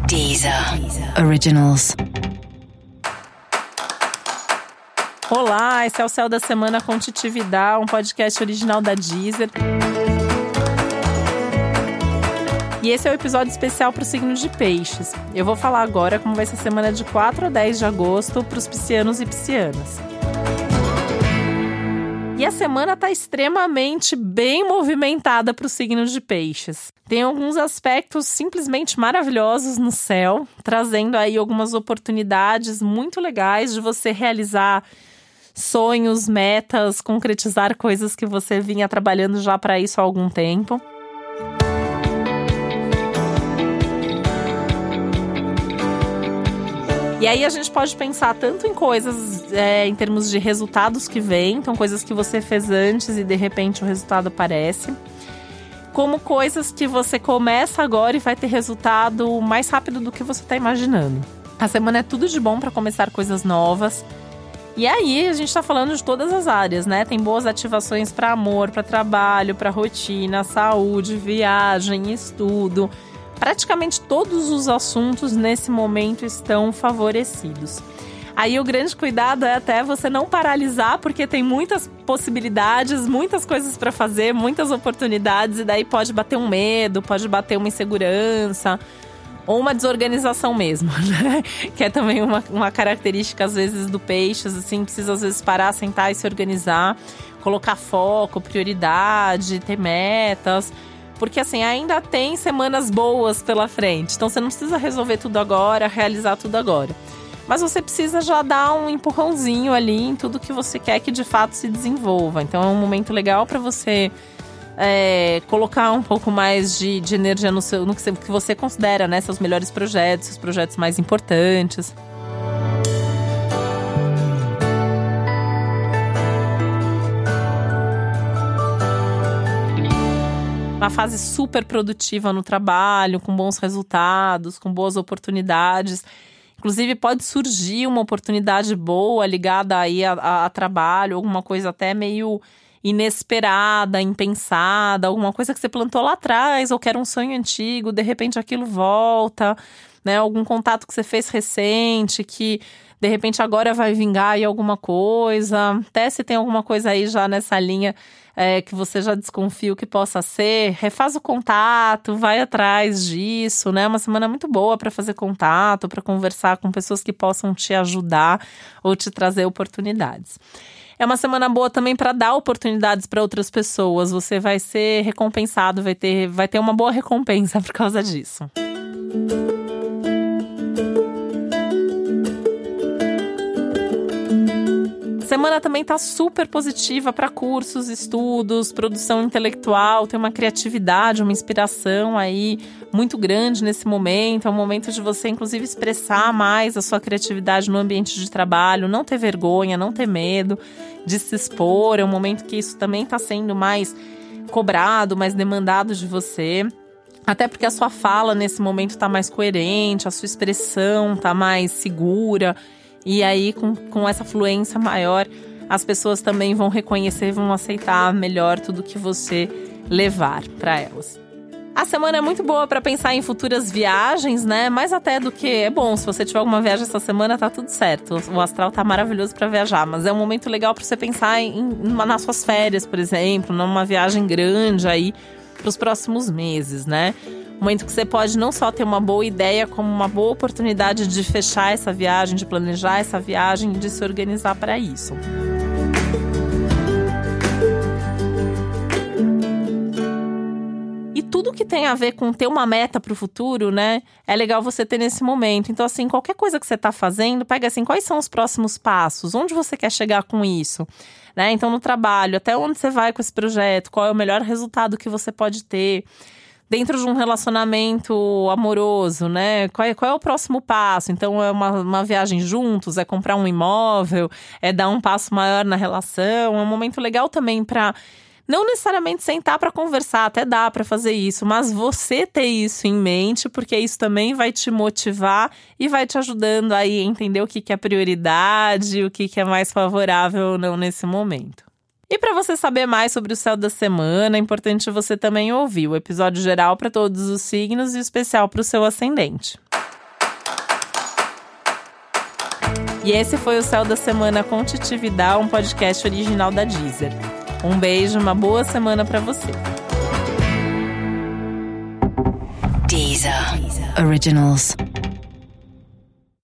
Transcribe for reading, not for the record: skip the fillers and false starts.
Deezer Originals. Olá, esse é o Céu da Semana com Titi Vidal, um podcast original da Deezer. E esse é o episódio especial para o signo de Peixes. Eu vou falar agora como vai ser a semana de 4 a 10 de agosto para os piscianos e piscianas. E a semana está extremamente bem movimentada para o signo de Peixes. Tem alguns aspectos simplesmente maravilhosos no céu, trazendo aí algumas oportunidades muito legais de você realizar sonhos, metas, concretizar coisas que você vinha trabalhando já para isso há algum tempo. E aí a gente pode pensar tanto em coisas em termos de resultados que vêm, então coisas que você fez antes e de repente o resultado aparece, como coisas que você começa agora e vai ter resultado mais rápido do que você está imaginando. A semana é tudo de bom para começar coisas novas. E aí a gente está falando de todas as áreas, né? Tem boas ativações para amor, para trabalho, para rotina, saúde, viagem, estudo. Praticamente todos os assuntos nesse momento estão favorecidos. Aí o grande cuidado é até você não paralisar, porque tem muitas possibilidades, muitas coisas para fazer, muitas oportunidades, e daí pode bater um medo, pode bater uma insegurança, ou uma desorganização mesmo, né? Que é também uma característica, às vezes, do Peixes, assim, precisa às vezes parar, sentar e se organizar, colocar foco, prioridade, ter metas. Porque assim, ainda tem semanas boas pela frente. Então você não precisa resolver tudo agora, realizar tudo agora. Mas você precisa já dar um empurrãozinho ali em tudo que você quer que de fato se desenvolva. Então é um momento legal para você colocar um pouco mais de energia no que você considera, né, seus melhores projetos, seus projetos mais importantes. Uma fase super produtiva no trabalho, com bons resultados, com boas oportunidades. Inclusive, pode surgir uma oportunidade boa ligada aí a trabalho, alguma coisa até meio inesperada, impensada, alguma coisa que você plantou lá atrás ou que era um sonho antigo, de repente aquilo volta, né? Algum contato que você fez recente que de repente agora vai vingar aí alguma coisa. Até se tem alguma coisa aí já nessa linha que você já desconfia o que possa ser, refaz o contato, vai atrás disso, né? Uma semana muito boa para fazer contato, para conversar com pessoas que possam te ajudar ou te trazer oportunidades. É uma semana boa também para dar oportunidades para outras pessoas. Você vai ser recompensado, vai ter uma boa recompensa por causa disso. Semana também tá super positiva para cursos, estudos, produção intelectual, tem uma criatividade, uma inspiração aí muito grande nesse momento. É um momento de você, inclusive, expressar mais a sua criatividade no ambiente de trabalho, não ter vergonha, não ter medo de se expor. É um momento que isso também está sendo mais cobrado, mais demandado de você. Até porque a sua fala nesse momento está mais coerente, a sua expressão está mais segura. E aí, com essa fluência maior, as pessoas também vão reconhecer, vão aceitar melhor tudo que você levar para elas. A semana é muito boa para pensar em futuras viagens, né? Mais até do que é bom, se você tiver alguma viagem essa semana, tá tudo certo. O astral tá maravilhoso para viajar, mas é um momento legal para você pensar nas suas férias, por exemplo, numa viagem grande aí para os próximos meses, né? Momento que você pode não só ter uma boa ideia, como uma boa oportunidade de fechar essa viagem, de planejar essa viagem e de se organizar para isso. E tudo que tem a ver com ter uma meta para o futuro, né? É legal você ter nesse momento. Então, assim, qualquer coisa que você está fazendo, pega assim, quais são os próximos passos? Onde você quer chegar com isso? Né? Então, no trabalho, até onde você vai com esse projeto? Qual é o melhor resultado que você pode ter? Dentro de um relacionamento amoroso, né? Qual é o próximo passo? Então, é uma viagem juntos? É comprar um imóvel? É dar um passo maior na relação? É um momento legal também para não necessariamente sentar para conversar, até dá para fazer isso, mas você ter isso em mente, porque isso também vai te motivar e vai te ajudando aí a entender o que é prioridade, o que é mais favorável ou não nesse momento. E para você saber mais sobre o céu da semana, é importante você também ouvir o episódio geral para todos os signos e o especial para o seu ascendente. E esse foi o Céu da Semana com Titi Vidal, um podcast original da Deezer. Um beijo, uma boa semana pra você. Deezer Originals.